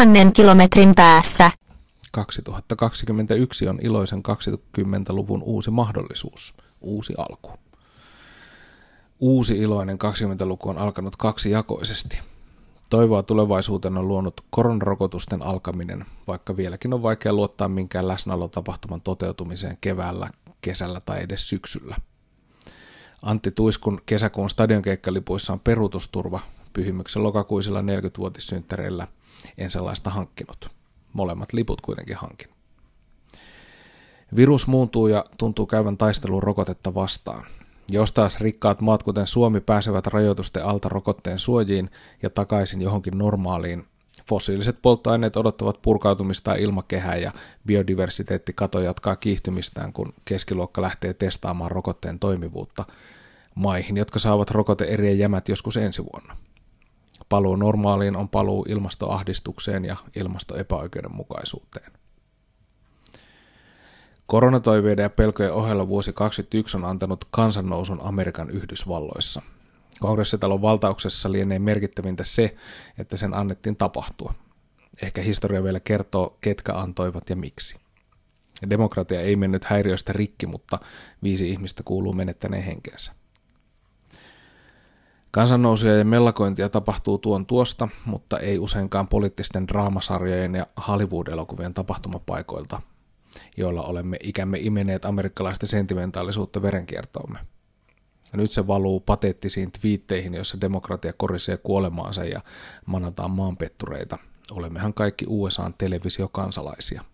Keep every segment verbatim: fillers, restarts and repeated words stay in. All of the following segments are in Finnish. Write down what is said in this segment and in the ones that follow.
tuhannen kilometrin päässä. kaksituhattakaksikymmentäyksi on iloisen kaksikymmentäluvun uusi mahdollisuus, uusi alku. Uusi iloinen kaksikymmentäluku on alkanut kaksijakoisesti. Toivoa tulevaisuuteen on luonut koronarokotusten alkaminen, vaikka vieläkin on vaikea luottaa minkään läsnäolotapahtuman toteutumiseen keväällä, kesällä tai edes syksyllä. Antti Tuiskun kesäkuun stadionkeikkalipuissa on peruutusturva, Pyhimyksen lokakuisilla neljäkymmenvuotissynttäreillä en sellaista hankkinut. Molemmat liput kuitenkin hankin. Virus muuntuu ja tuntuu käyvän taistelun rokotetta vastaan. Jos taas rikkaat maat kuten Suomi pääsevät rajoitusten alta rokotteen suojiin ja takaisin johonkin normaaliin, fossiiliset polttoaineet odottavat purkautumistaan ilmakehään ja biodiversiteettikato jatkaa kiihtymistään, kun keskiluokka lähtee testaamaan rokotteen toimivuutta maihin, jotka saavat rokote-erien jämät joskus ensi vuonna. Paluu normaaliin on paluu ilmastoahdistukseen ja ilmastoepäoikeudenmukaisuuteen. Koronatoiveiden ja pelkojen ohella vuosi kaksikymmentäyksi on antanut kansannousun Amerikan Yhdysvalloissa. Kongressitalon valtauksessa lienee merkittävintä se, että sen annettiin tapahtua. Ehkä historia vielä kertoo, ketkä antoivat ja miksi. Demokratia ei mennyt häiriöstä rikki, mutta viisi ihmistä kuuluu menettäneen henkeensä. Kansannousuja ja mellakointia tapahtuu tuon tuosta, mutta ei useinkaan poliittisten draamasarjojen ja Hollywood-elokuvien tapahtumapaikoilta, joilla olemme ikämme imeneet amerikkalaista sentimentaalisuutta verenkiertoomme. Ja nyt se valuu pateettisiin twiitteihin, joissa demokratia korisee kuolemaansa ja manataan maanpettureita. Olemmehan kaikki U S A:n televisiokansalaisia.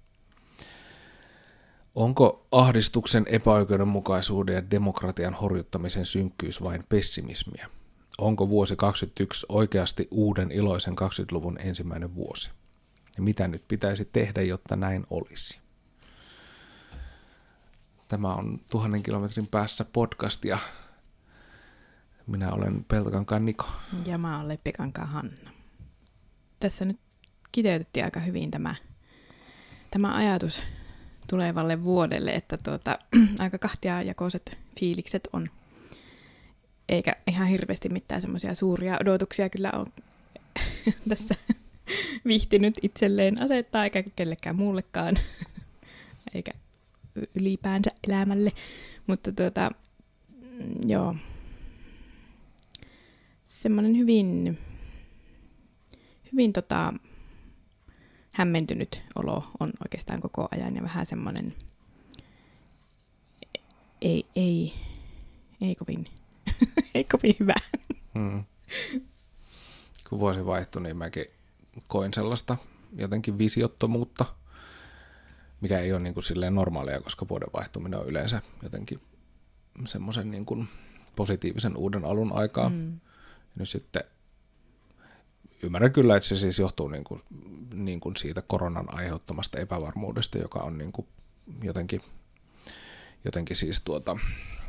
Onko ahdistuksen, epäoikeudenmukaisuuden ja demokratian horjuttamisen synkkyys vain pessimismiä? Onko vuosi kaksikymmentäyksi oikeasti uuden iloisen kaksikymmentäluvun ensimmäinen vuosi? Ja mitä nyt pitäisi tehdä, jotta näin olisi? Tämä on tuhannen kilometrin päässä podcast ja minä olen Peltokankaan Niko. Ja mä olen Leppikankaan Hanna. Tässä nyt kiteytettiin aika hyvin tämä, tämä ajatus tulevalle vuodelle, että tuota, aika kahtiajakoiset fiilikset on. Eikä ihan hirveästi mitään semmoisia suuria odotuksia kyllä on tässä vihtinyt itselleen asettaa, eikä kellekään muullekaan, eikä ylipäänsä elämälle. Mutta tuota, joo, semmoinen hyvin, hyvin tota, hämmentynyt olo on oikeastaan koko ajan ja vähän semmoinen ei, ei, ei, kovin, ei kovin hyvä. Hmm. Kun vuosi vaihtui, niin mäkin koin sellaista jotenkin visiottomuutta, mikä ei ole niin kuin silleen normaalia, koska vuoden vaihtuminen on yleensä jotenkin semmoisen niin kuin positiivisen uuden alun aikaa. Mm. Ja nyt sitten ymmärrän kyllä, että se siis johtuu niin kuin, niin kuin siitä koronan aiheuttamasta epävarmuudesta, joka on niin kuin jotenkin, jotenkin siis tuota,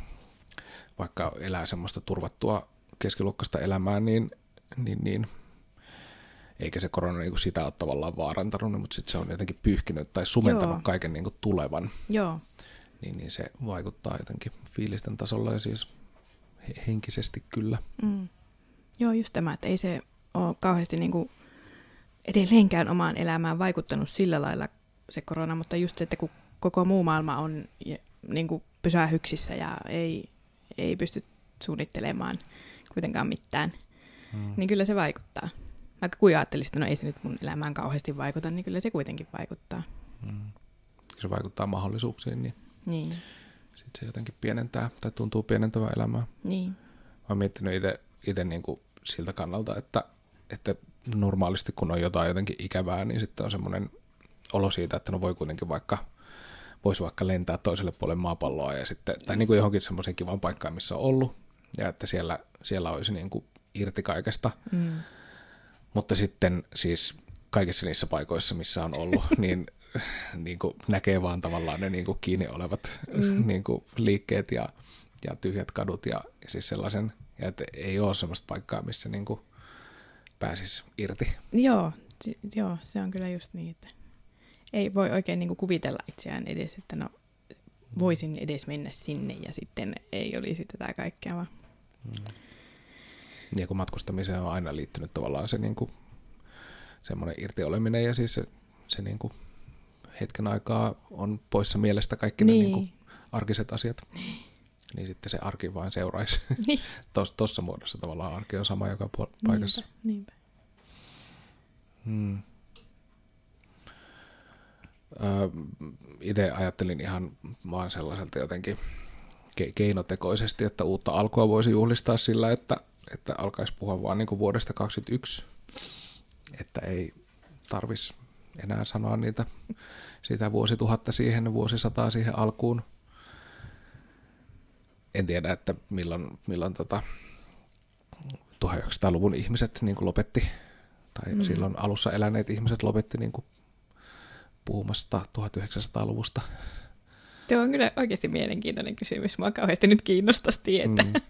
vaikka elää semmoista turvattua keskiluokkaista elämää, niin, niin, niin eikä se korona niin kuin sitä ole tavallaan vaarantanut, mutta sitten se on jotenkin pyyhkinyt tai sumentanut Joo. kaiken niin kuin tulevan. Joo. Niin, niin se vaikuttaa jotenkin fiilisten tasolla ja siis henkisesti kyllä. Mm. Joo, just tämä, että ei se ole kauheasti niin kuin edelleenkään omaan elämään vaikuttanut sillä lailla se korona, mutta just se, että kun koko muu maailma on niin kuin pysähyksissä ja ei, ei pysty suunnittelemaan kuitenkaan mitään, mm. niin kyllä se vaikuttaa. Vaikka kuin ajattelisin, että no ei se nyt mun elämään kauheasti vaikuta, niin kyllä se kuitenkin vaikuttaa. Mm. Se vaikuttaa mahdollisuuksiin, niin, niin. sitten se jotenkin pienentää tai tuntuu pienentävän elämää. Niin. Mä oon miettinyt itse niin kuin siltä kannalta, että, että normaalisti kun on jotain jotenkin ikävää, niin sitten on semmoinen olo siitä, että no voi kuitenkin vaikka, voisi vaikka lentää toiselle puolelle maapalloa ja sitten, tai niin kuin johonkin semmoiseen kivaan paikkaan, missä on ollut, ja että siellä, siellä olisi niin kuin irti kaikesta. Mm. Mutta sitten siis kaikissa niissä paikoissa, missä on ollut, niin, niin kuin näkee vaan tavallaan ne niin kuin kiinni olevat mm. niin kuin liikkeet ja, ja tyhjät kadut ja, ja siis sellaisen, ja että ei ole semmoista paikkaa, missä niin kuin pääsisi irti. Joo, s- joo, se on kyllä just niin, että ei voi oikein niin kuin kuvitella itseään edes, että no voisin edes mennä sinne ja sitten ei olisi tätä kaikkea vaan. Mm. Ja kun matkustamiseen on aina liittynyt tavallaan se niin kuin semmoinen irtioleminen ja siis se, se niin kuin hetken aikaa on poissa mielestä kaikki niin. ne niin kuin arkiset asiat. Niin. Niin sitten se arki vain seuraisi. Niin. Tuossa muodossa tavallaan arki on sama joka puol- paikassa. Niinpä, niinpä. Hmm. Öö, itse ajattelin ihan vaan sellaiselta jotenkin ke- keinotekoisesti, että uutta alkua voisi juhlistaa sillä, että, että alkaisi puhua vaan niin kuin vuodesta kaksikymmentäyksi, että ei tarvitsisi enää sanoa niitä sitä vuosituhatta siihen, vuosisataa siihen alkuun. En tiedä, että milloin, milloin tota tuhatyhdeksänsataaluvun ihmiset niin kuin lopetti, tai mm. silloin alussa eläneet ihmiset lopetti niin kuin puhumasta tuhatyhdeksänsataaluvusta. Tuo on kyllä oikeasti mielenkiintoinen kysymys. Mua kauheasti nyt kiinnostaisi tietää. Mm.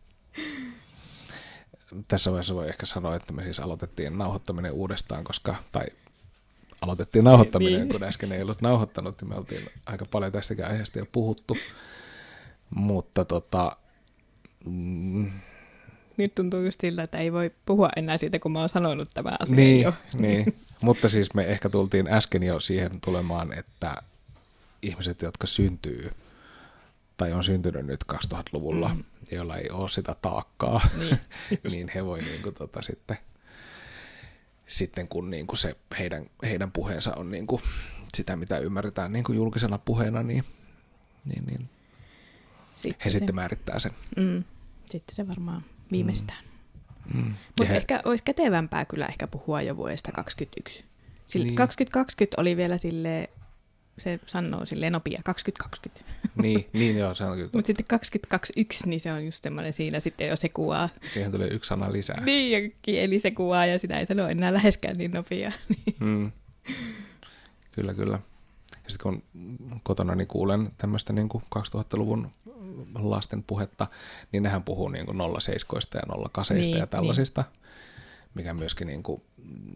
Tässä vaiheessa voi ehkä sanoa, että me siis aloitettiin nauhoittaminen uudestaan, koska, tai aloitettiin nauhoittaminen, niin. kun äsken ei ollut nauhoittanut, niin me oltiin aika paljon tästäkin aiheesta jo puhuttu. Mutta tota... Mm, nyt tuntuu just siltä, että ei voi puhua enää siitä, kun mä oon sanonut tämän asian niin, jo. Niin, mutta siis me ehkä tultiin äsken jo siihen tulemaan, että ihmiset, jotka syntyy tai on syntynyt nyt kaksituhattaluvulla, mm. joilla ei ole sitä taakkaa, niin, niin he voi niinku tota sitten, sitten kun niinku se heidän, heidän puheensa on niinku sitä, mitä ymmärretään niinku julkisena puheena, niin, niin, niin sitten he se, sitten määrittää sen. Mm, sitten se varmaan viimeistään. Mm. Mm. Mutta he... ehkä olisi kätevämpää kyllä ehkä puhua jo vuodesta kaksikymmentäyksi. Sille niin. kaksituhattakaksikymmentä oli vielä silleen, se sanoo silleen nopea, kaksituhattakaksikymmentä. Niin, niin joo, se on kyllä. Mutta sitten kaksituhattakaksikymmentäyksi, niin se on just semmoinen siinä sitten jo se kuvaa. Siihen tulee yksi sana lisää. Niin, ja kieli se kuvaa, ja sitä ei sano enää läheskään niin nopeaa. Mm. Kyllä, kyllä. Ja sitten kun kotona niin kuulen tämmöistä niin kuin kaksituhattaluvun lasten puhetta, niin nehän puhuu niin kuin nolla seitsemän ja nolla kahdeksan niin, ja tällaisista, niin. Mikä myöskin niin kuin,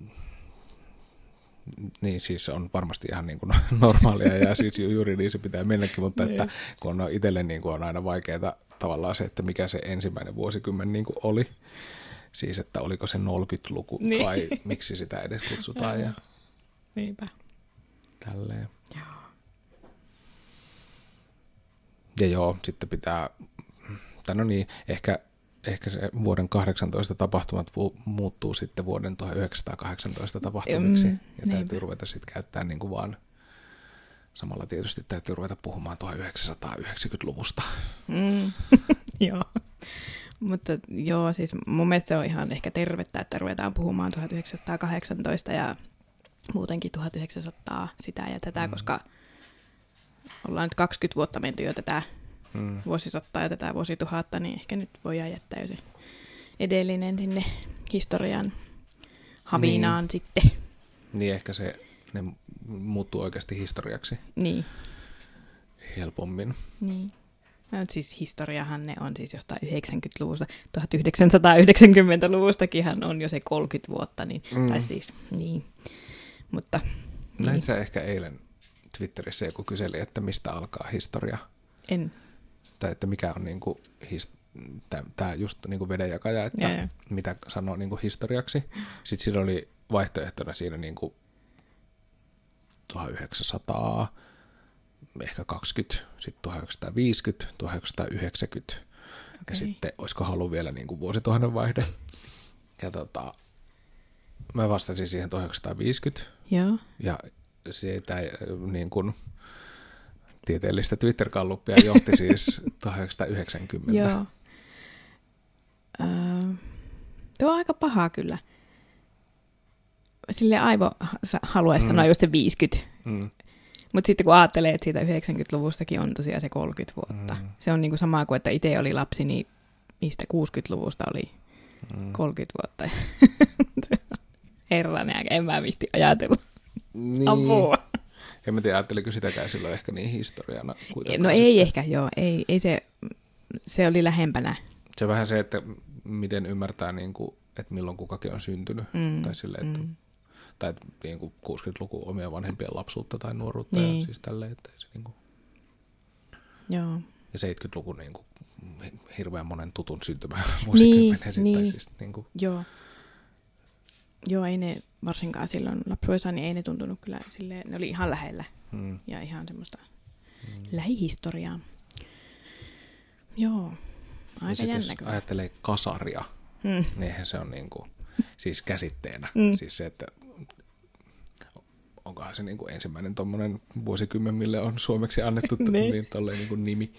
niin siis on varmasti ihan niin kuin normaalia ja siis juuri niin se pitää mennäkin, mutta että kun on itselle niin kuin on aina vaikeaa tavallaan se, että mikä se ensimmäinen vuosikymmen niin kuin oli, siis että oliko se neljäkymmentäluku niin. Vai miksi sitä edes kutsutaan ja niinpä. Tälleen. Joo. Ja joo, sitten pitää, tai no niin, ehkä, ehkä se vuoden kahdeksantoista tapahtumat vu- muuttuu sitten vuoden tuhatyhdeksänsataakahdeksantoista tapahtumiksi. Mm, ja täytyy niinpä. Ruveta sitten käyttää niin kuin vaan, samalla tietysti täytyy ruveta puhumaan tuhatyhdeksänsataayhdeksänkymmentäluvusta. Mm. Joo. Mutta joo, siis mun mielestä se on ihan ehkä tervettä, että ruvetaan puhumaan tuhatyhdeksänsataakahdeksantoista ja muutenkin tuhatyhdeksänsataa sitä ja tätä, mm. koska ollaan nyt kaksikymmentä vuotta menty jo tätä mm. vuosisataa ja tätä vuosituhatta, niin ehkä nyt voidaan jättää jo se edellinen sinne historian havinaan niin. Sitten. Niin, ehkä se ne muuttuu oikeasti historiaksi niin. helpommin. Niin. No, siis historiahan ne on siis jostain yhdeksänkymmentäluvusta, tuhatyhdeksänsataayhdeksänkymmentäluvustakinhan on jo se kolmekymmentä vuotta, niin, mm. tai siis niin. Mutta, näin niin. Sä ehkä eilen Twitterissä joku kyseli, että mistä alkaa historia? En. Tai että mikä on niinku his, tämä just niinku vedenjakaja, että ja, ja. mitä sanoo niinku historiaksi. Sitten siinä oli vaihtoehtona siinä niinku tuhatyhdeksänsataa, ehkä kaksikymmentä, sitten tuhatyhdeksänsataaviisikymmentä, tuhatyhdeksänsataayhdeksänkymmentä okay. Ja sitten olisiko halu vielä niinku vuosituhannen vaihde. Ja tota, mä vastasin siihen tuhatyhdeksänsataaviisikymmentä. Joo. Ja siitä niin kuin tieteellistä Twitter-gallupia johti siis tuhatyhdeksänsataayhdeksänkymmentä. Joo. Öö, tuo on aika paha kyllä. Silleen aivo haluaisi mm. sanoa just se viisikymmentä. Mm. Mutta sitten kun ajattelee, että siitä yhdeksänkymmentäluvustakin on tosiaan se kolmekymmentä vuotta. Mm. Se on niin kuin sama kuin, että itse oli lapsi, niin niistä kuusikymmentäluvusta oli mm. kolmekymmentä vuotta. Herranen, en mä viitti ajatella. Niin. Apua. En mä tiedä, ajatteliko sitäkään silloin ehkä niin historiana. No ei sitten. Ehkä, joo. Ei, ei se, se oli lähempänä. Se vähän se, että miten ymmärtää, niin kuin, että milloin kukakin on syntynyt. Mm. Tai sille, että, mm. tai niin kuin kuusikymmentäluku omia vanhempien lapsuutta tai nuoruutta. Niin. Ja siis tälleen, että se niin kuin. Joo. Ja seitsemänkymmentäluku niin kuin, hirveän monen tutun syntymä vuosikymmenen. Niin, niin. Siis, niin kuin. Joo. joo, ei ne varsinkaan silloin lapsuudessa, niin ei ne tuntunut kyllä silleen, ne oli ihan lähellä Hmm. ja ihan semmoista Hmm. lähihistoriaa. Joo, Ja aika sit jännä jos kyllä. ajattelee kasaria, Hmm. niin eihän se on niinku, siis käsitteenä. Mm. Siis se, että onkohan se niinku ensimmäinen tommonen vuosikymmen, mille on suomeksi annettu t- Niin. niin tolleen niinku nimi.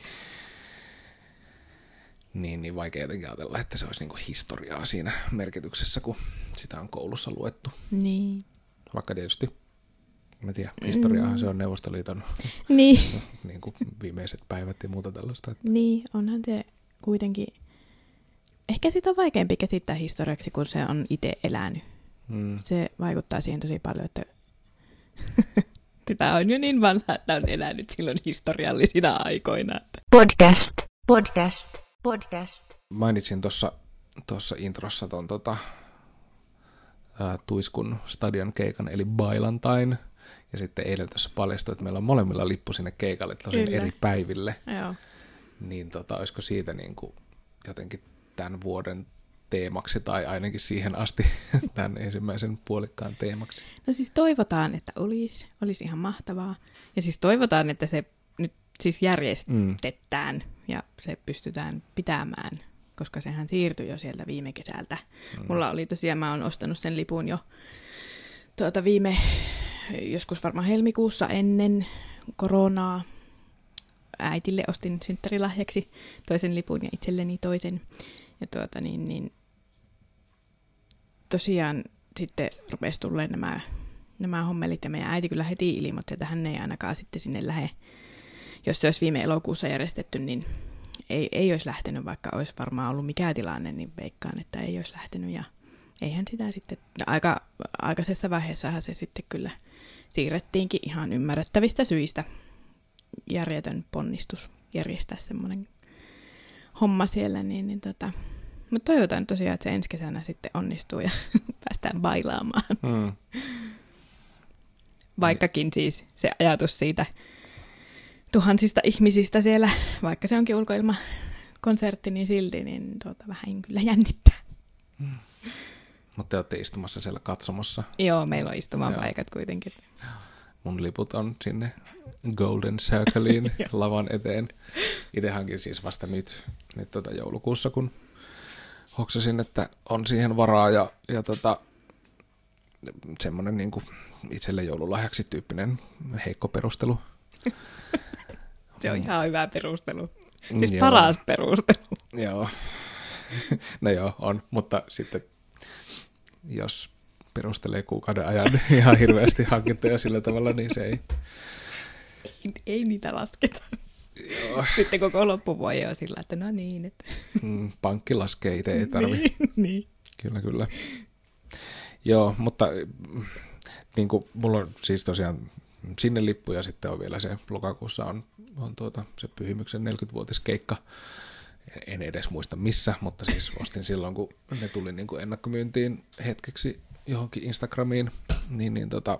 Niin, niin vaikea jotenkin ajatella, että se olisi niinku historiaa siinä merkityksessä, kun sitä on koulussa luettu. Niin. Vaikka tietysti, mä tiedän, historiaahan se on Neuvostoliiton Niin. niin kuin viimeiset päivät ja muuta tällaista. Että Niin, onhan se kuitenkin, ehkä sitä on vaikeampi käsittää historiaksi, kun se on itse elänyt. mm, Se vaikuttaa siihen tosi paljon, että sitä on jo niin vanha, että on elänyt silloin historiallisina aikoina. Että. Podcast, podcast, podcast. mainitsin tuossa tuossa introssa ton tota, ää, Tuiskun stadion keikan, eli Bailantain. Ja sitten eilen tässä paljastui, että meillä on molemmilla lippu sinne keikalle tosin Kyllä. eri päiville. Joo. Niin tota, olisiko siitä niin kuin jotenkin tämän vuoden teemaksi, tai ainakin siihen asti tämän ensimmäisen puolikkaan teemaksi? No siis toivotaan, että olisi. Olisi ihan mahtavaa. Ja siis toivotaan, että se nyt siis järjestetään mm. ja se pystytään pitämään, koska sehän siirtyi jo sieltä viime kesältä. Mm. Mulla oli tosiaan, mä oon ostanut sen lipun jo tuota viime, joskus varmaan helmikuussa ennen koronaa. Äitille ostin synttärilahjaksi toisen lipun ja itselleni toisen. Ja tuota niin, niin tosiaan sitten rupesi tulleen nämä, nämä hommelit ja meidän äiti kyllä heti ilmoitti, että hän ei ainakaan sitten sinne lähde. Jos se olisi viime elokuussa järjestetty, niin ei, ei olisi lähtenyt, vaikka olisi varmaan ollut mikä tilanne, niin veikkaan, että ei olisi lähtenyt. Ja eihän sitä sitten, aika aikaisessa vaiheessahan se sitten kyllä siirrettiinkin ihan ymmärrettävistä syistä. Järjetön ponnistus järjestää semmoinen homma siellä, niin, niin tota, mutta toivotaan tosiaan, että se ensi kesänä sitten onnistuu ja päästään bailaamaan. Mm. Vaikkakin siis se ajatus siitä tuhansista ihmisistä siellä, vaikka se onkin ulkoilmakonsertti, niin silti niin tuota, vähän kyllä jännittää. Mm. Mutta te olette istumassa siellä katsomossa. Joo, meillä on istumaan Joo. paikat kuitenkin. Mun liput on sinne Golden Circleen lavan eteen. Itse hankin siis vasta nyt, nyt tota joulukuussa, kun hoksasin, että on siihen varaa ja, ja tota, semmoinen niin kuin itselle joululahjaksi tyyppinen heikko perustelu. Se on ihan hyvä perustelu. Siis Joo. paras perustelu. Joo, no joo, on, mutta sitten jos perustelee kuukauden ajan ihan hirveästi hankintoja sillä tavalla, niin se ei. Ei, ei niitä lasketa. Joo. Sitten koko loppuvuosi on sillä, että no niin. Että. Mm, pankki laskee, itse ei tarvi. niin, niin. Kyllä, kyllä. Joo, mutta niin kuin, mulla on siis tosiaan sinne lippu ja sitten on vielä se lokakuussa on, on tuota, se Pyhimyksen neljäkymmenvuotiskeikka. En edes muista missä, mutta siis ostin silloin, kun ne tuli niin kuin ennakkomyyntiin hetkeksi johonkin Instagramiin, niin, niin tota,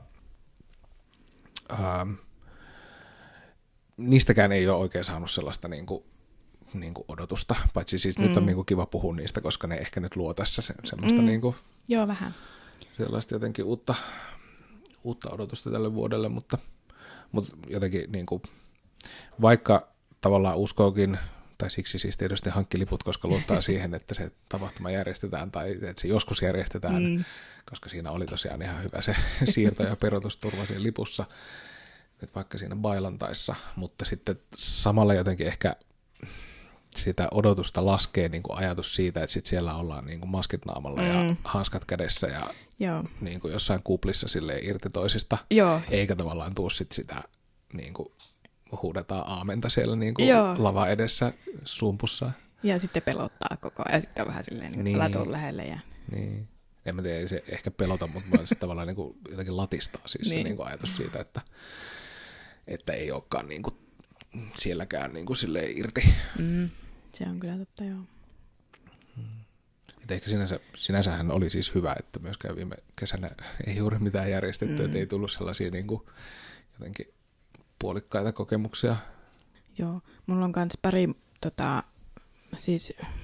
ää, niistäkään ei ole oikein saanut sellaista niin kuin, niin kuin odotusta, paitsi siis mm. nyt on niin kuin kiva puhua niistä, koska ne ehkä nyt luo tässä se, semmoista Mm. niin kuin, Joo, vähän. sellaista jotenkin uutta, uutta odotusta tälle vuodelle, mutta, mutta jotenkin niin kuin, vaikka tavallaan uskookin, tai siksi siis tietysti hankki liput, koska luottaa siihen, että se tapahtuma järjestetään tai että se joskus järjestetään, mm. koska siinä oli tosiaan ihan hyvä se siirto- ja peruutusturva siinä lipussa, nyt vaikka siinä bailantaissa, mutta sitten samalla jotenkin ehkä sitä odotusta laskee niin kuin ajatus siitä, että sit siellä ollaan niin kuin maskit naamalla mm. ja hanskat kädessä ja Joo. niin kuin jossain kuplissa silleen irti toisista, Joo. eikä tavallaan tuu sit sitä niin kuin huudetaan aamenta siellä niin kuin Joo. lava edessä sumpussa. Ja sitten pelottaa koko ajan. Sitten on vähän silleen, niin, Niin. että älä tuu lähelle. Ja. Niin. En mä tiedä, ei se ehkä pelota, mutta mä se tavallaan niin kuin jotenkin latistaa siis Niin. se niin kuin ajatus siitä, että, että ei olekaan niin kuin sielläkään niin kuin silleen irti. Mm. Se on kyllä totta, joo. Et ehkä sinänsä, sinänsähän oli siis hyvä, että myöskään viime kesänä ei juuri mitään järjestetty, mm. että ei tullut sellaisia niin kuin jotenkin puolikkaita kokemuksia. Joo, mulla on kans pari tota, siis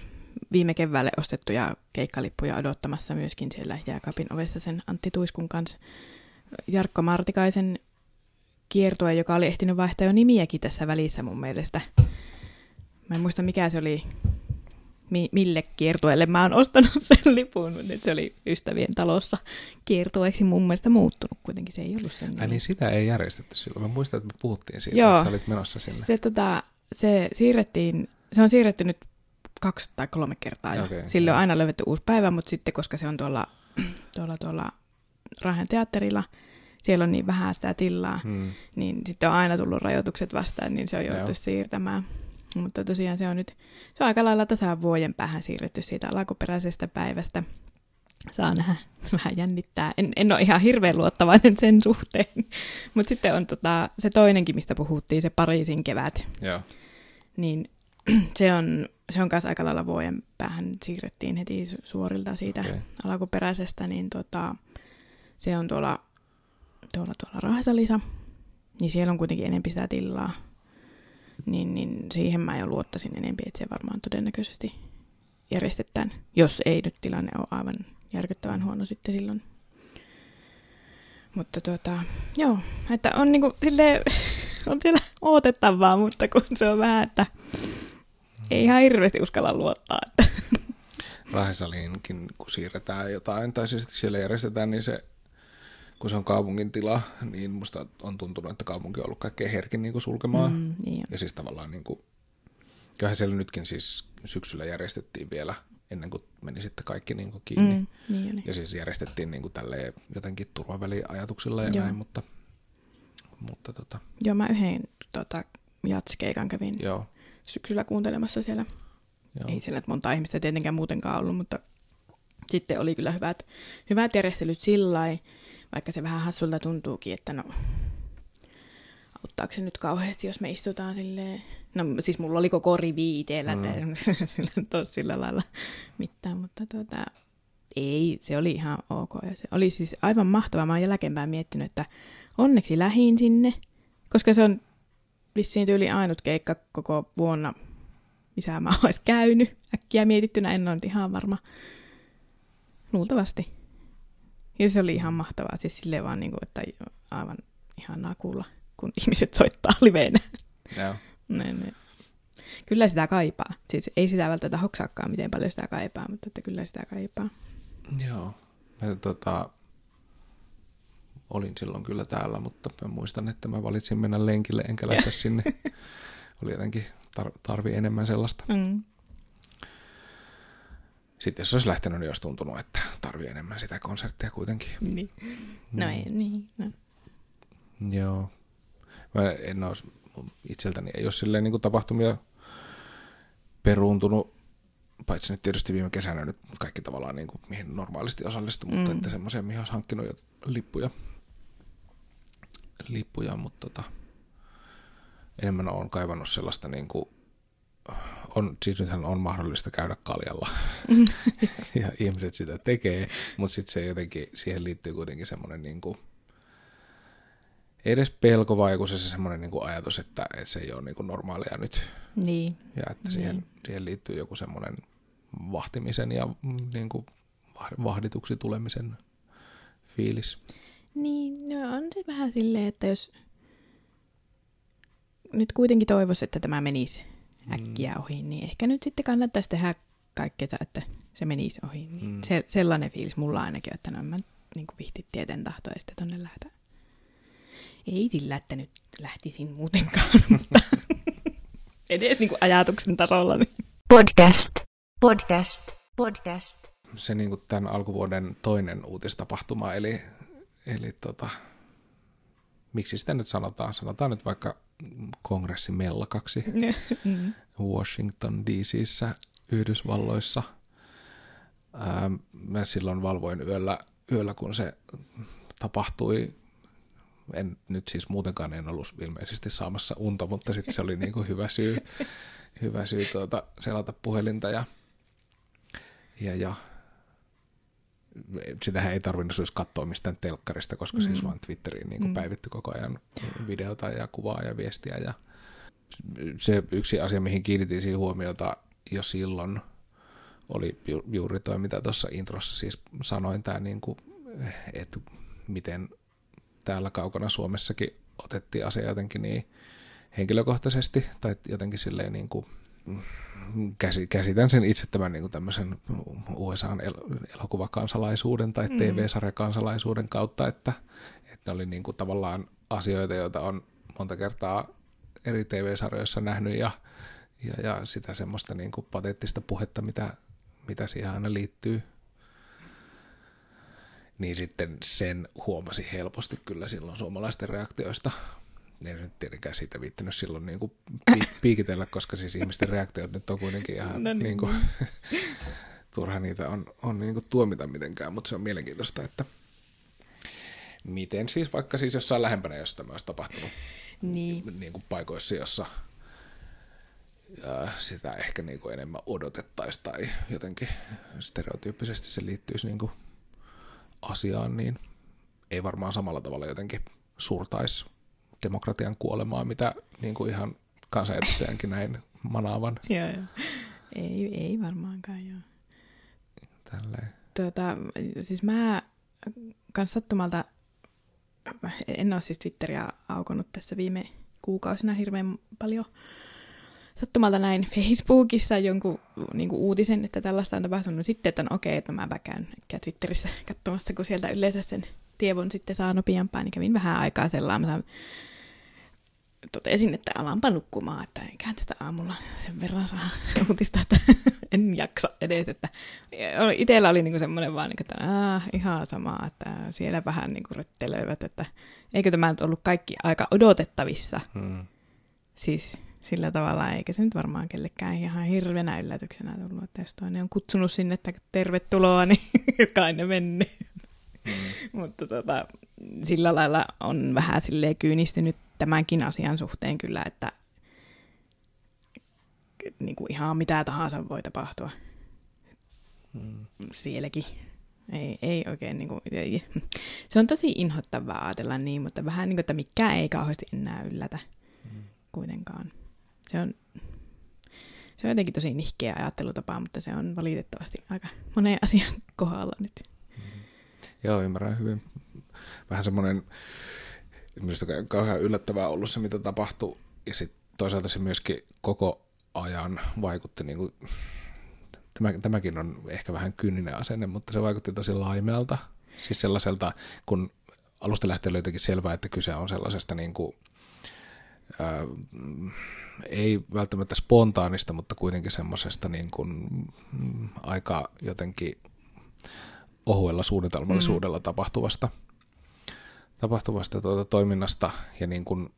viime keväälle ostettuja keikkalippuja odottamassa myöskin siellä jääkaapin ovessa sen Antti Tuiskun kanssa. Jarkko Martikaisen kiertue, joka oli ehtinyt vaihtaa jo nimiäkin tässä välissä mun mielestä. Mä en muista mikä se oli, mi- mille kiertueelle mä oon ostanut sen lipun, mutta se oli Ystävien talossa kiertueeksi mun mielestä muuttunut. Kuitenkin se ei ollut sen nimi. Ai niin, sitä ei järjestetty silloin. Mä muistan, että me puhuttiin siitä, Joo. että sä olit menossa sinne. Se, tota, se, siirrettiin, se on siirretty nyt kaksi tai kolme kertaa jo. Okay, Sille joo. on aina löydetty uusi päivä, mutta sitten koska se on tuolla, tuolla, tuolla Raahen teatterilla, siellä on niin vähän sitä tilaa, Hmm. niin sitten on aina tullut rajoitukset vastaan, niin se on jouduttu Joo. siirtämään. Mutta tosiaan se on nyt, se on aika lailla tasan vuoden päähän siirretty siitä alkuperäisestä päivästä. Saa nähdä, vähän jännittää. En, en ole ihan hirveän luottavainen sen suhteen. Mutta sitten on tota, se toinenkin, mistä puhuttiin, se Pariisin kevät. Joo. Niin se on, se on kanssa aika lailla vuoden päähän siirrettiin heti su- suorilta siitä Okei. alkuperäisestä. Niin tota, se on tuolla, tuolla, tuolla Rahasalissa. Niin siellä on kuitenkin enempi sitä tilaa. Niin, niin siihen mä jo luottaisin enempi, että se varmaan todennäköisesti järjestetään, jos ei nyt tilanne ole aivan järkyttävän huono sitten silloin. Mutta tuota, joo, että on niinku silleen, on siellä odotettavaa, mutta kun se on vähän, että ei ihan hirveästi uskalla luottaa. Että. Raahesaliinkin, kun siirretään jotain, tai siis siellä järjestetään, niin se, kun se on kaupungin tila, niin musta on tuntunut, että kaupunki on ollut kaikkein herkin niin kuin sulkemaan. Mm, niin ja siis tavallaan, niin kuin, kyllähän siellä nytkin siis syksyllä järjestettiin vielä, ennen kuin meni sitten kaikki niin kuin kiinni. Mm, niin oli. Ja siis järjestettiin niin kuin tälleen jotenkin turvaväliajatuksilla ja Joo. näin, mutta, mutta tota, Joo, mä yhden tota, jatskeikan kävin joo. syksyllä kuuntelemassa siellä. joo. Ei siellä nyt monta ihmistä tietenkään muutenkaan ollut, mutta sitten oli kyllä hyvät, hyvät järjestelyt sillai, vaikka se vähän hassulta tuntuukin, että no, auttaako se nyt kauheasti, jos me istutaan silleen, no siis mulla oli koko rivi itsellä, mm. että sillä nyt ole sillä lailla mitään, mutta tuota, ei, se oli ihan ok. Ja se oli siis aivan mahtavaa, mä oon jälkeenpäin miettinyt, että onneksi lähin sinne, koska se on vissiin tyyli ainut keikka koko vuonna, missä mä ois käynyt. Äkkiä mietittynä, en ole nyt ihan varma. Luultavasti. Ja se oli ihan mahtavaa. Siis silleen vaan, niin kuin, että aivan ihanaa kuulla, kun ihmiset soittaa liveenä. Joo. Ne, ne. Kyllä sitä kaipaa. Siis ei sitä välttämättä hoksaakaan, miten paljon sitä kaipaa, mutta että kyllä sitä kaipaa. Joo. Mä, tota, olin silloin kyllä täällä, mutta mä muistan, että mä valitsin mennä lenkille, enkä lähteä sinne. Oli jotenkin tar- tarvi enemmän sellaista. Mm. Sitten jos olisi lähtenyt, niin olisi tuntunut, että tarvii enemmän sitä konserttia kuitenkin. Niin. No ei, niin. No. Joo. Mä en ole, itseltäni ei ole silleen niin kuin tapahtumia peruuntunut, paitsi nyt tietysti viime kesänä nyt kaikki tavallaan niin kuin, mihin normaalisti osallistui, mutta Mm. että semmoisia, mihin olisi hankkinut jo lippuja. Lippuja, mutta tota, enemmän olen kaivannut sellaista niin kuin, on, siis nythän on mahdollista käydä kaljalla ja ihmiset sitä tekee, mutta sitten se jotenkin, siihen liittyy kuitenkin semmoinen niin kuin, ei edes pelko, vaan joku se semmoinen niin kuin ajatus, että, että se ei ole niin kuin normaalia nyt. Niin. Ja että siihen, Niin. siihen liittyy joku semmoinen vahtimisen ja mm, niin kuin vahdituksi tulemisen fiilis. Niin, no on se vähän silleen, että jos nyt kuitenkin toivoisi, että tämä menisi äkkiä ohi, niin ehkä nyt sitten kannattaisi tehdä kaikkea, että se menisi ohi. Niin Mm. se, sellainen fiilis mulla ainakin, että no mä niin kuin vihti tieten tahtoa ja sitten tonne lähdetään. Ei sillä, että nyt lähtisin muutenkaan, mutta edes niin kuin ajatuksen tasolla. Niin. Podcast. Podcast. Podcast. Se niin kuin tämän alkuvuoden toinen uutistapahtuma, eli, eli tota, miksi sitä nyt sanotaan? Sanotaan nyt vaikka kongressimellakaksi Mm. Washington D C:ssä Yhdysvalloissa. Ää, mä silloin valvoin yöllä, yöllä, kun se tapahtui. En nyt siis muutenkaan en ollut ilmeisesti saamassa unta, mutta sitten se oli niin kuin hyvä syy, hyvä syy tuota, selata puhelinta ja, ja, ja sitähän ei tarvinnut siis katsoa mistään telkkarista, koska mm. siis vaan Twitteriin niin kuin mm. päivitty koko ajan videota ja kuvaa ja viestiä. Ja se yksi asia, mihin kiinnitin siihen huomiota jo silloin, oli ju, juuri toi, mitä tuossa introssa siis sanoin, tämä niinku, että miten täällä kaukana Suomessakin otettiin asia jotenkin niin henkilökohtaisesti, tai jotenkin silleen niin kuin käsitän sen itse tämän niin kuin tämmöisen U S A:n el- elokuvakansalaisuuden tai T V-sarjakansalaisuuden kautta, että, että ne oli niin kuin tavallaan asioita, joita on monta kertaa eri T V-sarjoissa nähnyt ja, ja, ja sitä semmoista niin kuin pateettista puhetta, mitä, mitä siihen aina liittyy. Niin sitten sen huomasi helposti kyllä silloin suomalaisten reaktioista. Ei nyt tietenkään siitä viittänyt silloin niin kuin piikitellä, koska siis ihmisten reaktiot nyt on kuitenkin ihan no niin. Niin kuin, turha niitä on, on niin kuin tuomita mitenkään, mutta se on mielenkiintoista, että miten siis vaikka siis jossain lähempänä, jos tämä olisi tapahtunut niin. Niin kuin paikoissa, jossa ja sitä ehkä niin kuin enemmän odotettaisiin tai jotenkin stereotyyppisesti se liittyisi niin kuin asiaan, niin ei varmaan samalla tavalla jotenkin surtaisi demokratian kuolemaa, mitä niin kuin ihan kansanedustajankin näin manaavan. Joo, joo. Ei, ei varmaankaan, joo. Tälleen. Tuota, siis mä kans sattumalta, en ole siis Twitteriä aukonut tässä viime kuukausina hirveän paljon. Sattumalta näin Facebookissa jonkun niin kuin uutisen, että tällaista on tapahtunut. Sitten, että no okei, että mä käyn Twitterissä katsomassa, kun sieltä yleensä sen tievon sitten saa nopeampaa, niin kävin vähän aikaa sellaan. Totesin, että alanpa nukkumaan, että eiköhän tästä aamulla sen verran saa uutista, että en jaksa edes. Että itsellä oli niinku semmoinen vaan, että aah, ihan sama, että siellä vähän niinku rettelöivät, että eikö tämä nyt ollut kaikki aika odotettavissa. Hmm. Siis sillä tavalla, eikä se nyt varmaan kellekään ihan hirveänä yllätyksenä tullut, että jos toinen on kutsunut sinne, että tervetuloa, niin kai ne menee. Mm. Mutta tota, sillä lailla on vähän silleen kyynistynyt tämänkin asian suhteen kyllä, että niin kuin ihan mitä tahansa voi tapahtua mm. sielläkin. Ei, ei oikein, niin kuin, ei. Se on tosi inhottavaa ajatella niin, mutta vähän niin kuin, että mikään ei kauheasti enää yllätä mm. kuitenkaan. Se on, se on jotenkin tosi nihkeä ajattelutapa, mutta se on valitettavasti aika monen asian kohdalla nyt. Joo, ymmärrän hyvin. Vähän semmoinen, minusta kauhean yllättävää ollut se, mitä tapahtui, ja sitten toisaalta se myöskin koko ajan vaikutti, niin kuin, tämä, tämäkin on ehkä vähän kyyninen asenne, mutta se vaikutti tosi laimealta. Siis sellaiselta, kun alusta lähtien oli jotenkin selvää, että kyse on sellaisesta niin kuin, ää, ei välttämättä spontaanista, mutta kuitenkin semmoisesta niin kuin, mm, aika jotenkin ohuella suunnitelmallisuudella mm. tapahtuvasta, tapahtuvasta tuota toiminnasta ja niin kuin,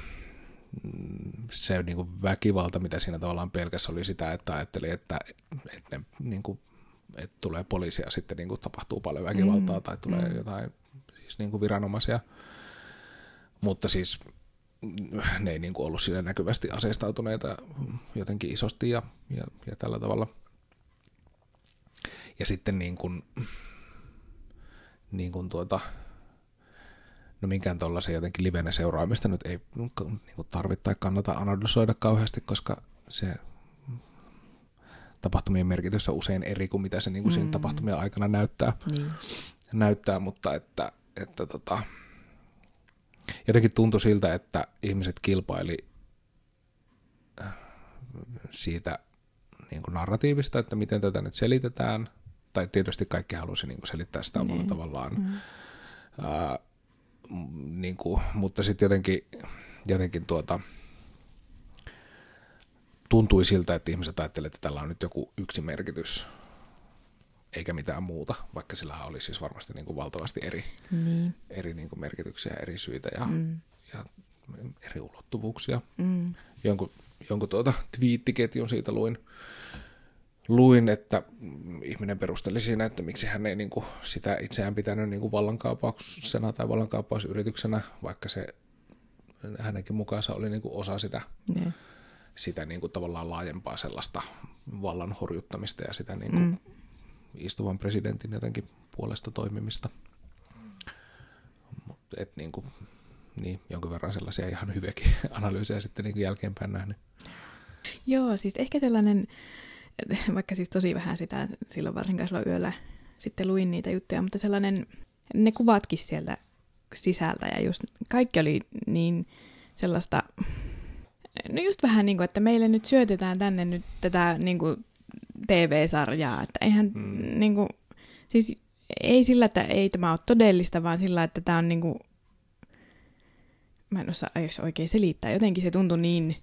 se niin kuin väkivalta, mitä siinä tavallaan pelkässä oli sitä, että ajatteli, että, että, ne, niin kuin, että tulee poliisia, sitten niin kuin tapahtuu paljon väkivaltaa mm. tai tulee mm. jotain siis niin kuin viranomaisia, mutta siis ne ei niin kuin ollut sille näkyvästi aseistautuneita jotenkin isosti ja, ja, ja tällä tavalla. Ja sitten niin kuin, niin kuin tuota, no minkään tuollaisen jotenkin livenä seuraamista nyt ei niin kuin tarvitse tai kannata analysoida kauheasti, koska se tapahtumien merkitys on usein eri kuin mitä se niin kuin mm. siinä tapahtumien aikana näyttää, mm. näyttää mutta että, että tota, jotenkin tuntui siltä, että ihmiset kilpaili siitä niin kuin narratiivista, että miten tätä nyt selitetään, tai tietysti kaikki halusi niin kuin selittää sitä omalla niin. tavallaan, mm. Ää, niin kuin, mutta sitten jotenkin, jotenkin tuota, tuntui siltä, että ihmiset ajattelivat, että tällä on nyt joku yksi merkitys, eikä mitään muuta, vaikka sillähän oli siis varmasti niin kuin valtavasti eri, niin. eri niin kuin merkityksiä, eri syitä ja, mm. ja eri ulottuvuuksia. Mm. Jonkun, jonkun tuota twiittiketjun siitä luin, luin, että ihminen perusteli siinä, että miksi hän ei niin kuin sitä itseään pitänyt niin kuin vallankaappauksena tai vallankaappausyrityksenä, vaikka se hänenkin mukaansa oli niin kuin osa sitä, mm. sitä niin kuin tavallaan laajempaa sellaista vallan horjuttamista ja sitä niin kuin mm. istuvan presidentin jotenkin puolesta toimimista. Et niin kuin, niin, jonkin verran sellaisia ihan hyviäkin analyysejä sitten niin kuin jälkeenpäin nähnyt. Joo, siis ehkä sellainen vaikka siis tosi vähän sitä silloin varsinkaan silloin yöllä sitten luin niitä juttuja, mutta sellainen, ne kuvatkin sieltä sisältä ja just kaikki oli niin sellaista, no just vähän niin kuin, että meille nyt syötetään tänne nyt tätä niin kuin T V-sarjaa, että eihän mm. niin kuin, siis ei sillä, että ei tämä ole todellista, vaan sillä, että tämä on niin kuin, mä en osaa oikein selittää, jotenkin se tuntui niin,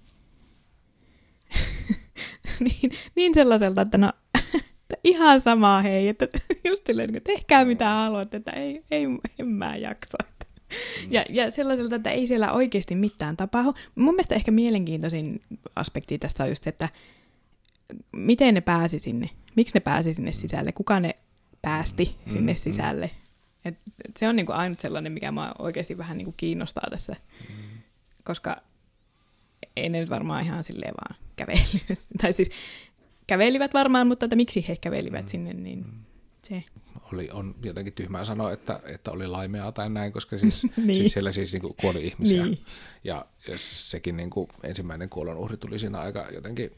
niin, niin sellaiselta, että no ihan sama hei, että just silleen, että tehkää mitä haluat, että ei, ei en mä jaksa. Mm. Ja, ja sellaiselta, että ei siellä oikeasti mitään tapahdu. Mun mielestä ehkä mielenkiintoisin aspekti tässä on just se, että miten ne pääsi sinne, miksi ne pääsi sinne sisälle, kuka ne päästi sinne sisälle. Et, et se on niinku ainut sellainen, mikä mua oikeasti vähän niinku kiinnostaa tässä, mm. koska ei ne nyt varmaan ihan silleen vaan kävellyt. Tai siis kävelivät varmaan, mutta että miksi he kävelivät mm. sinne, niin se. Oli, on jotenkin tyhmää sanoa, että, että oli laimeaa tai näin, koska siis, niin. siis siellä siis niinku kuoli ihmisiä. Niin. Ja, ja sekin niinku ensimmäinen kuolonuhri tuli siinä aika jotenkin,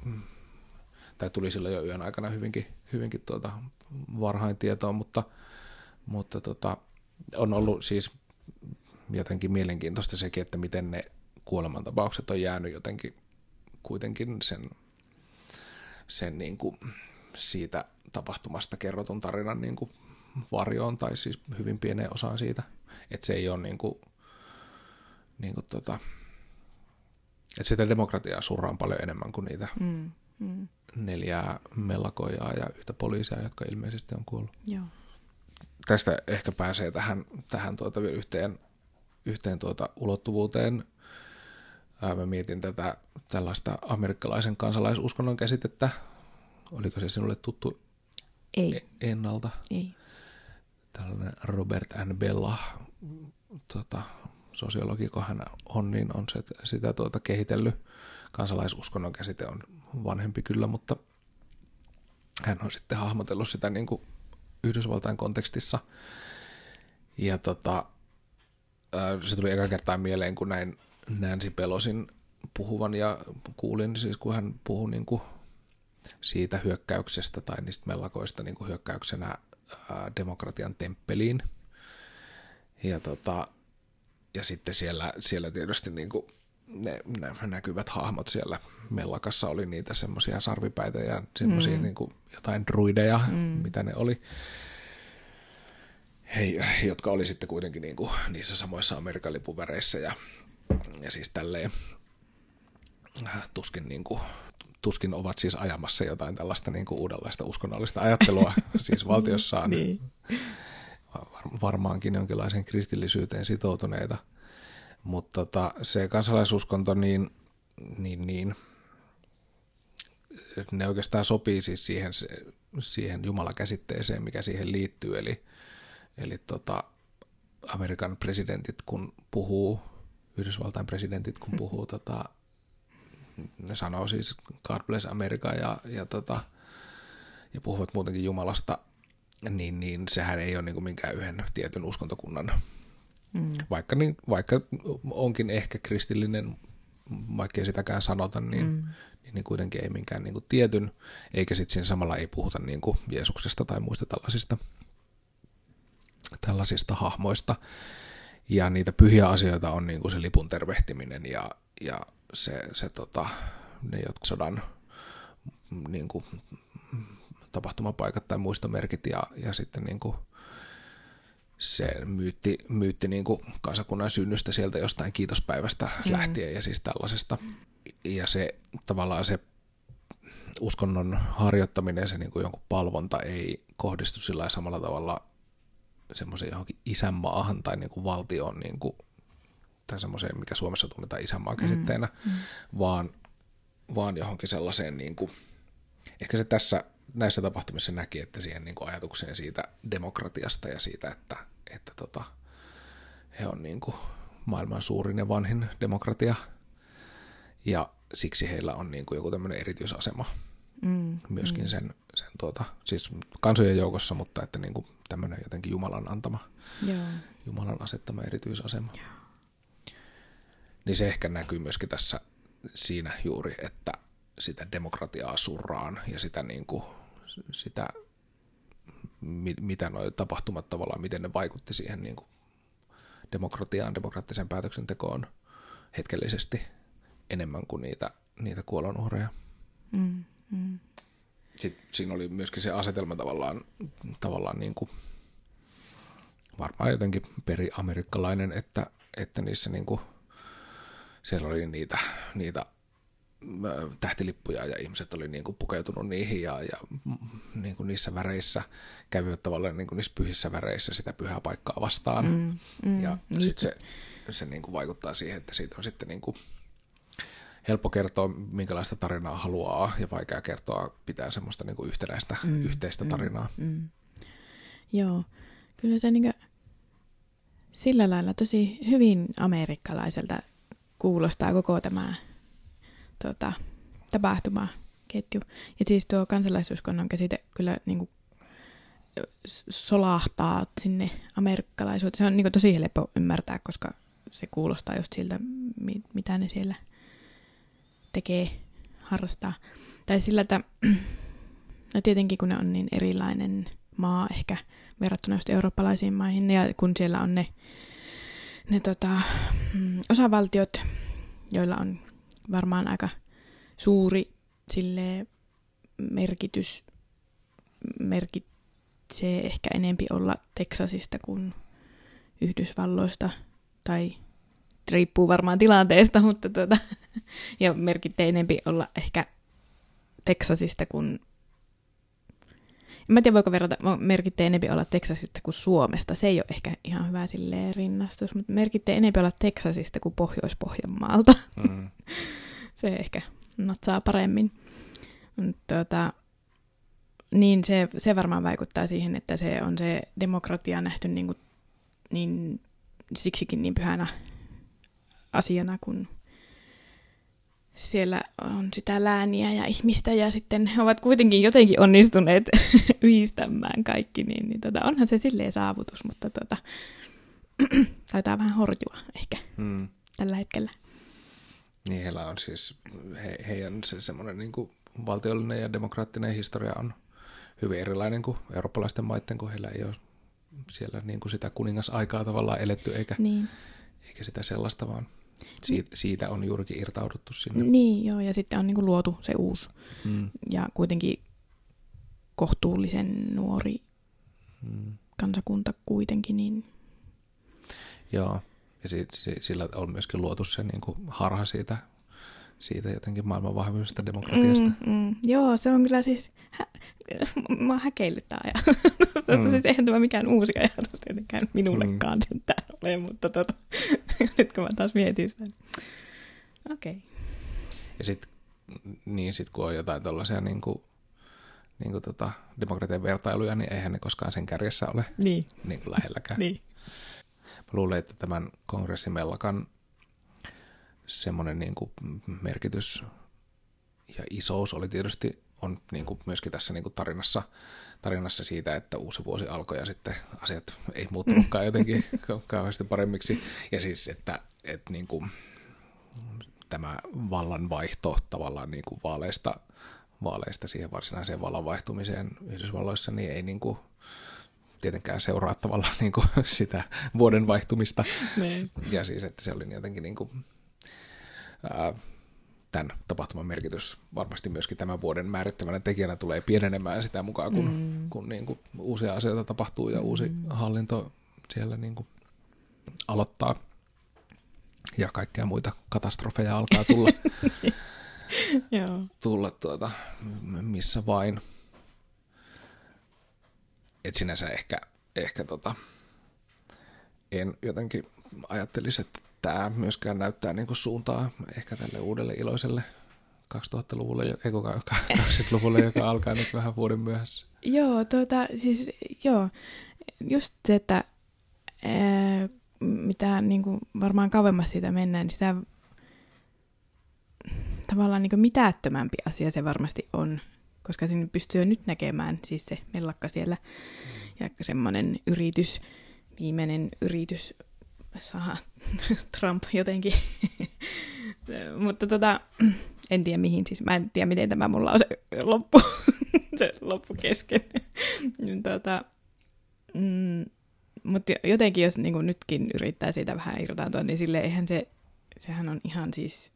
tai tuli silloin jo yön aikana hyvinkin, hyvinkin tuota varhain tietoon, mutta, mutta tota, on ollut siis jotenkin mielenkiintoista sekin, että miten ne kuolemantapaukset on jäänyt jotenkin kuitenkin sen, sen niin kuin siitä tapahtumasta kerrotun tarinan niin kuin varjoon, tai siis hyvin pieneen osaan siitä, että se ei ole niin kuin, niin kuin tota, että sitä demokratiaa surraan paljon enemmän kuin niitä mm, mm. neljää mellakojaa ja yhtä poliisia, jotka ilmeisesti on kuollut. Joo. Tästä ehkä pääsee tähän, tähän tuota yhteen, yhteen tuota ulottuvuuteen. Ää, mä mietin tätä tällaista amerikkalaisen kansalaisuskonnon käsitettä. Oliko se sinulle tuttu Ei. ennalta? Ei. Tällainen Robert N. Bella, tota, sosiologi, kun hän on, niin on se, sitä tuota kehitellyt. Kansalaisuskonnon käsite on vanhempi kyllä, mutta hän on sitten hahmotellut sitä niin kuin Yhdysvaltain kontekstissa. Ja tota, se tuli eka kertaa mieleen, kun näin Nancy Pelosin puhuvan ja kuulin, siis kun hän puhui niin kuin siitä hyökkäyksestä tai niistä mellakoista niin kuin hyökkäyksenä ää, demokratian temppeliin. Ja, tota, ja sitten siellä, siellä tietysti niin kuin ne, ne näkyvät hahmot siellä mellakassa oli niitä semmoisia sarvipäitä ja semmoisia mm. niin kuin jotain druideja, mm. mitä ne oli. Hei, jotka oli sitten kuitenkin niin kuin niissä samoissa Amerikan lipuväreissä ja, ja siis tälleen tuskin, niin kuin, tuskin ovat siis ajamassa jotain tällaista niin kuin uudenlaista uskonnollista ajattelua siis valtiossaan. niin. Var, varmaankin jonkinlaiseen kristillisyyteen sitoutuneita. Mutta tota, se kansalaisuskonto, niin, niin, niin ne oikeastaan sopii siis siihen, siihen Jumala-käsitteeseen, mikä siihen liittyy. Eli, eli tota, Amerikan presidentit, kun puhuu, Yhdysvaltain presidentit, kun puhuu, tota, ne sanoo siis God bless America ja, ja, tota, ja puhuvat muutenkin Jumalasta, niin, niin sehän ei ole niin kuin minkään yhden tietyn uskontokunnan. Mm. Vaikka, niin, vaikka onkin ehkä kristillinen, vaikka ei sitäkään sanota, niin, mm. niin, niin kuitenkin ei minkään niin kuin tietyn, eikä sitten siinä samalla ei puhuta niin kuin Jeesuksesta tai muista tällaisista, tällaisista hahmoista. Ja niitä pyhiä asioita on niin kuin se lipun tervehtiminen ja, ja se, se tota, ne jotkut sodan niin kuin, tapahtumapaikat tai muistomerkit ja, ja sitten niin kuin se myytti, myytti niin kuin kansakunnan synnystä sieltä jostain kiitospäivästä mm. lähtien ja siis tällaisesta. Ja se tavallaan se uskonnon harjoittaminen, se niin kuin jonkun palvonta ei kohdistu sillä samalla tavalla semmoiseen johonkin isänmaahan tai niin kuin valtioon niin kuin, tai semmoiseen, mikä Suomessa tunnetaan isänmaa käsitteenä, mm. Mm. vaan, vaan johonkin sellaiseen, niin kuin, ehkä se tässä näissä tapahtumissa näki, että siihen niin kuin ajatukseen siitä demokratiasta ja siitä, että, että tota, he on niin kuin maailman suurin ja vanhin demokratia ja siksi heillä on niin kuin joku tämmöinen erityisasema mm, myöskin mm. sen, sen tuota, siis kansojen joukossa, mutta että niin kuin tämmöinen jotenkin Jumalan antama, Joo. Jumalan asettama erityisasema. Joo. Niin se ehkä näkyy myöskin tässä siinä juuri, että sitä demokratiaa surraan ja sitä, niin kuin, sitä mit, mitä nuo tapahtumat tavallaan, miten ne vaikutti siihen niin kuin demokratiaan, demokraattiseen päätöksentekoon hetkellisesti enemmän kuin niitä, niitä kuolonuhreja. Mm, mm. Sitten siinä oli myöskin se asetelma tavallaan, tavallaan niin kuin varmaan jotenkin periamerikkalainen, että, että niissä niin kuin, siellä oli niitä, niitä tähtilippuja ja ihmiset oli niin kuin pukeutunut niihin ja, ja niin kuin niissä väreissä kävivät tavallaan niin kuin niissä pyhissä väreissä sitä pyhää paikkaa vastaan. Mm, mm, ja sitten se, se niin kuin vaikuttaa siihen, että siitä on sitten niin kuin helppo kertoa, minkälaista tarinaa haluaa ja vaikea kertoa, pitää semmoista niin kuin yhtenäistä, mm, yhteistä tarinaa. Mm, mm. Joo, kyllä se niin kuin sillä lailla tosi hyvin amerikkalaiselta kuulostaa koko tämä tota, tapahtumaketju. Ja siis tuo kansalaisuskonnon käsite kyllä niin kuin solahtaa sinne amerikkalaisuuteen. Se on niin kuin tosi helppo ymmärtää, koska se kuulostaa just siltä, mitä ne siellä tekee, harrastaa. Tai sillä, että no tietenkin kun ne on niin erilainen maa ehkä verrattuna just eurooppalaisiin maihin, ja kun siellä on ne, ne tota, osavaltiot, joilla on varmaan aika suuri silleen, merkitys, merkitsee ehkä enempi olla Teksasista kuin Yhdysvalloista, tai riippuu varmaan tilanteesta, mutta tuota, ja merkitte enempi olla ehkä Teksasista kuin, en mä tiedä voiko verrata, merkitte enempi olla Teksasista kuin Suomesta, se ei ole ehkä ihan hyvä silleen rinnastus, mutta merkitte enempi olla Teksasista kuin Pohjois-Pohjanmaalta. Mm. Se ehkä natsaa paremmin. Tuota, niin se, se varmaan vaikuttaa siihen, että se on se demokratia nähty niin, kuin, niin siksikin niin pyhänä asiana, kun siellä on sitä lääniä ja ihmistä ja sitten he ovat kuitenkin jotenkin onnistuneet yhdistämään kaikki, niin, niin tota, onhan se silleen saavutus, mutta tota, taitaa vähän horjua ehkä hmm. tällä hetkellä. Niin heillä on siis, he, heidän se semmoinen niin kuin valtiollinen ja demokraattinen historia on hyvin erilainen kuin eurooppalaisten maiden, kun heillä ei ole siellä niin kuin sitä kuningasaikaa tavallaan eletty eikä, niin. eikä sitä sellaista, vaan siitä, siitä on juurikin irtauduttu sinne. Niin joo, ja sitten on niin kuin luotu se uusi hmm. ja kuitenkin kohtuullisen nuori hmm. kansakunta kuitenkin. Niin. Joo. Ja siitä, sillä on myöskin luotu se niin kuin harha siitä, siitä jotenkin maailman vahvimmasta demokratiasta. Mm, mm. Joo, se on kyllä siis, hä, mä häkellyttää ajatus. Mm. Siis eihän tämä mikään uusi ajatus tietenkään minullekaan mm. sentään ole, mutta tota, nyt kun mä taas mietin sitä. Okei. Okay. Ja sitten niin sit, kun on jotain tuollaisia niin kuin, niin kuin tota, demokratian vertailuja, niin eihän ne koskaan sen kärjessä ole niin. Niin kuin lähelläkään. Niin. Mä luulen, että tämän kongressimellakan semmoinen niin kuin merkitys ja isous oli tietysti on niin kuin myöskin tässä niin kuin tarinassa, tarinassa siitä, että uusi vuosi alkoi ja sitten asiat ei muuttunutkaan jotenkin kauheasti paremmiksi. Ja siis, että, että niin kuin tämä vallanvaihto tavallaan niin kuin vaaleista, vaaleista siihen varsinaiseen vallanvaihtumiseen Yhdysvalloissa, niin ei niin kuin tietenkään seuraa tavallaan niin kuin sitä vuoden vaihtumista. Ne. Ja siis, että se oli jotenkin niin kuin, ää, tämän tapahtuman merkitys varmasti myöskin tämän vuoden määrittävänä tekijänä tulee pienenemään sitä mukaan, kun, mm. kun niin kuin uusia asioita tapahtuu ja uusi mm. hallinto siellä niin kuin aloittaa ja kaikkea muita katastrofeja alkaa tulla, tulla tuota, missä vain. Et sinänsä ehkä, ehkä tota, en jotenkin ajattelisi, että tämä myöskään näyttää niinku suuntaa ehkä tälle uudelle iloiselle kaksituhattaluvulle, ei kaksikymmentäluvulle, joka alkaa nyt vähän vuoden myöhässä. Joo, tuota, siis joo, just se, että ää, mitä niinku varmaan kauemmas siitä mennään, niin sitä tavallaan niinku mitättömämpi asia se varmasti on, koska sinne pystyy nyt näkemään siis se mellakka siellä ja semmoinen yritys, viimeinen yritys saada Trump jotenkin. Mutta tota, En tiedä mihin, siis mä en tiedä miten tämä mulla on se loppu, se loppu kesken. tota, mm, mutta jotenkin jos niin nytkin yrittää siitä vähän irtaantua, niin silleen eihän se, sehän on ihan siis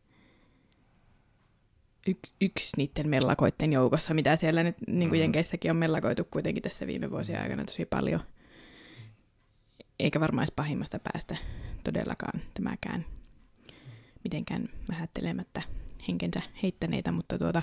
yksi, yksi niiden mellakoiden joukossa, mitä siellä nyt niin kuin Jenkeissäkin on mellakoitu kuitenkin tässä viime vuosien aikana tosi paljon. Eikä varmaan edes pahimmasta päästä todellakaan tämäkään mitenkään vähättelemättä henkensä heittäneitä, mutta tuota,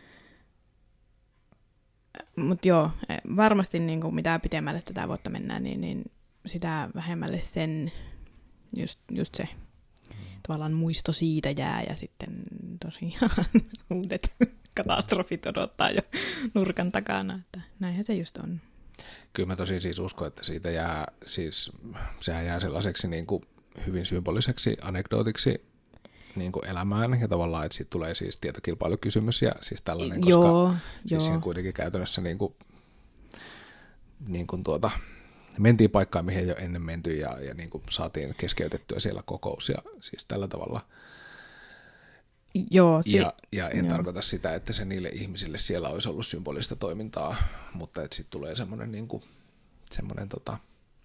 mut joo, varmasti niin kuin mitä pitemmälle tätä vuotta mennään, niin, niin sitä vähemmälle sen just, just se tavallaan muisto siitä jää ja sitten tosiaan uudet katastrofit odottaa jo nurkan takana, että näinhän se just on. Kyllä mä tosi siis uskon, että siitä jää, siis sehän jää sellaiseksi niin kuin hyvin symboliseksi anekdootiksi niin kuin elämään ja tavallaan, että siitä tulee siis tietokilpailukysymys ja siis tällainen, koska joo, siis joo. siinä kuitenkin käytännössä niin kuin, niin kuin tuota, mentiin paikkaan, mihin ei ole ennen menty ja, ja niin kuin saatiin keskeytettyä siellä kokous ja siis tällä tavalla. Joo, se, ja, ja en joo. tarkoita sitä, että se niille ihmisille siellä olisi ollut symbolista toimintaa, mutta että sitten tulee semmoinen, niin kuin, semmoinen tota,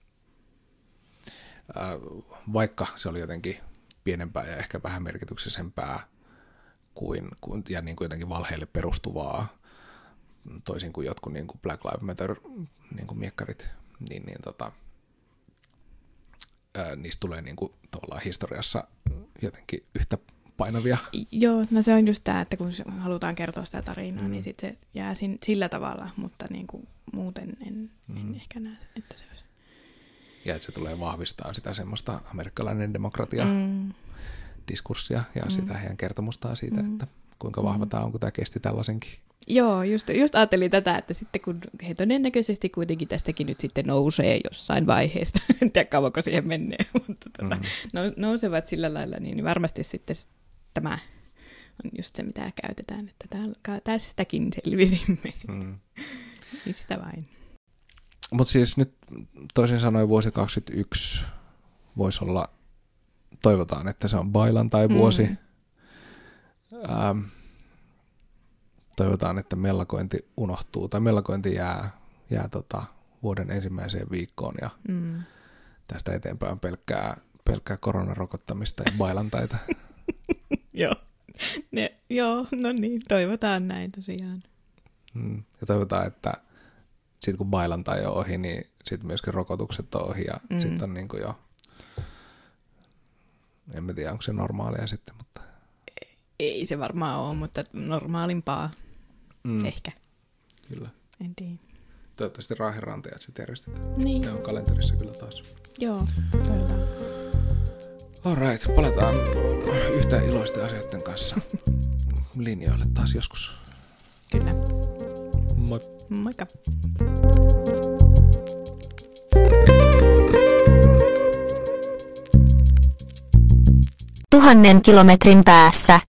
ää, vaikka se oli jotenkin pienempää ja ehkä vähän merkityksellisempää kuin, kuin, ja niin kuin jotenkin valheille perustuvaa, toisin kuin jotkut niin kuin Black Lives Matter niin kuin miekkarit, niin, niin tota, ää, niistä tulee niin kuin, tavallaan historiassa jotenkin yhtä painavia. Joo, no se on just tämä, että kun halutaan kertoa sitä tarinaa, mm. niin sit se jää sin, sillä tavalla, mutta niin kuin muuten en, mm. en ehkä näe, että se olisi. Ja että se tulee vahvistaa sitä semmoista amerikkalainen demokratia mm. diskurssia ja mm. sitä heidän kertomustaan siitä, mm. että kuinka vahva mm. tämä on, kun tämä kesti tällaisenkin. Joo, just, just ajattelin tätä, että sitten kun he todennäköisesti kuitenkin tästäkin nyt sitten nousee jossain vaiheessa, en tiedä kauanko siihen menee, mutta tuota, mm. nousevat sillä lailla, niin varmasti sitten tämä on just se, mitä käytetään, että täällä, tästäkin selvisimme. Mm. Mistä vain. Mutta siis nyt toisin sanoen vuosi kaksikymmentäyksi voisi olla, toivotaan, että se on bailantai-vuosi. Mm. Ähm, toivotaan, että mellakointi unohtuu, tai mellakointi jää, jää tota vuoden ensimmäiseen viikkoon, ja mm. tästä eteenpäin on pelkkää, pelkkää koronarokottamista ja bailantaita. Joo. Ne, joo, no niin, toivotaan näin tosiaan. Mm. Ja toivotaan, että sitten kun bailantai on ohi, niin sitten myöskin rokotukset on ohi, ja mm. sitten on niin kuin jo, en mä tiedä, onko se normaalia sitten, mutta ei se varmaan ole, mutta normaalimpaa mm. ehkä. Kyllä. En tiedä. Toivottavasti Raahen-rantajat sitten järjestetään. Niin. Ne on kalenterissa kyllä taas. Joo, toivotaan. All right, palataan yhtään iloisten asioiden kanssa linjoille taas joskus. Kyllä. Moi. Moikka. Tuhannen kilometrin päässä.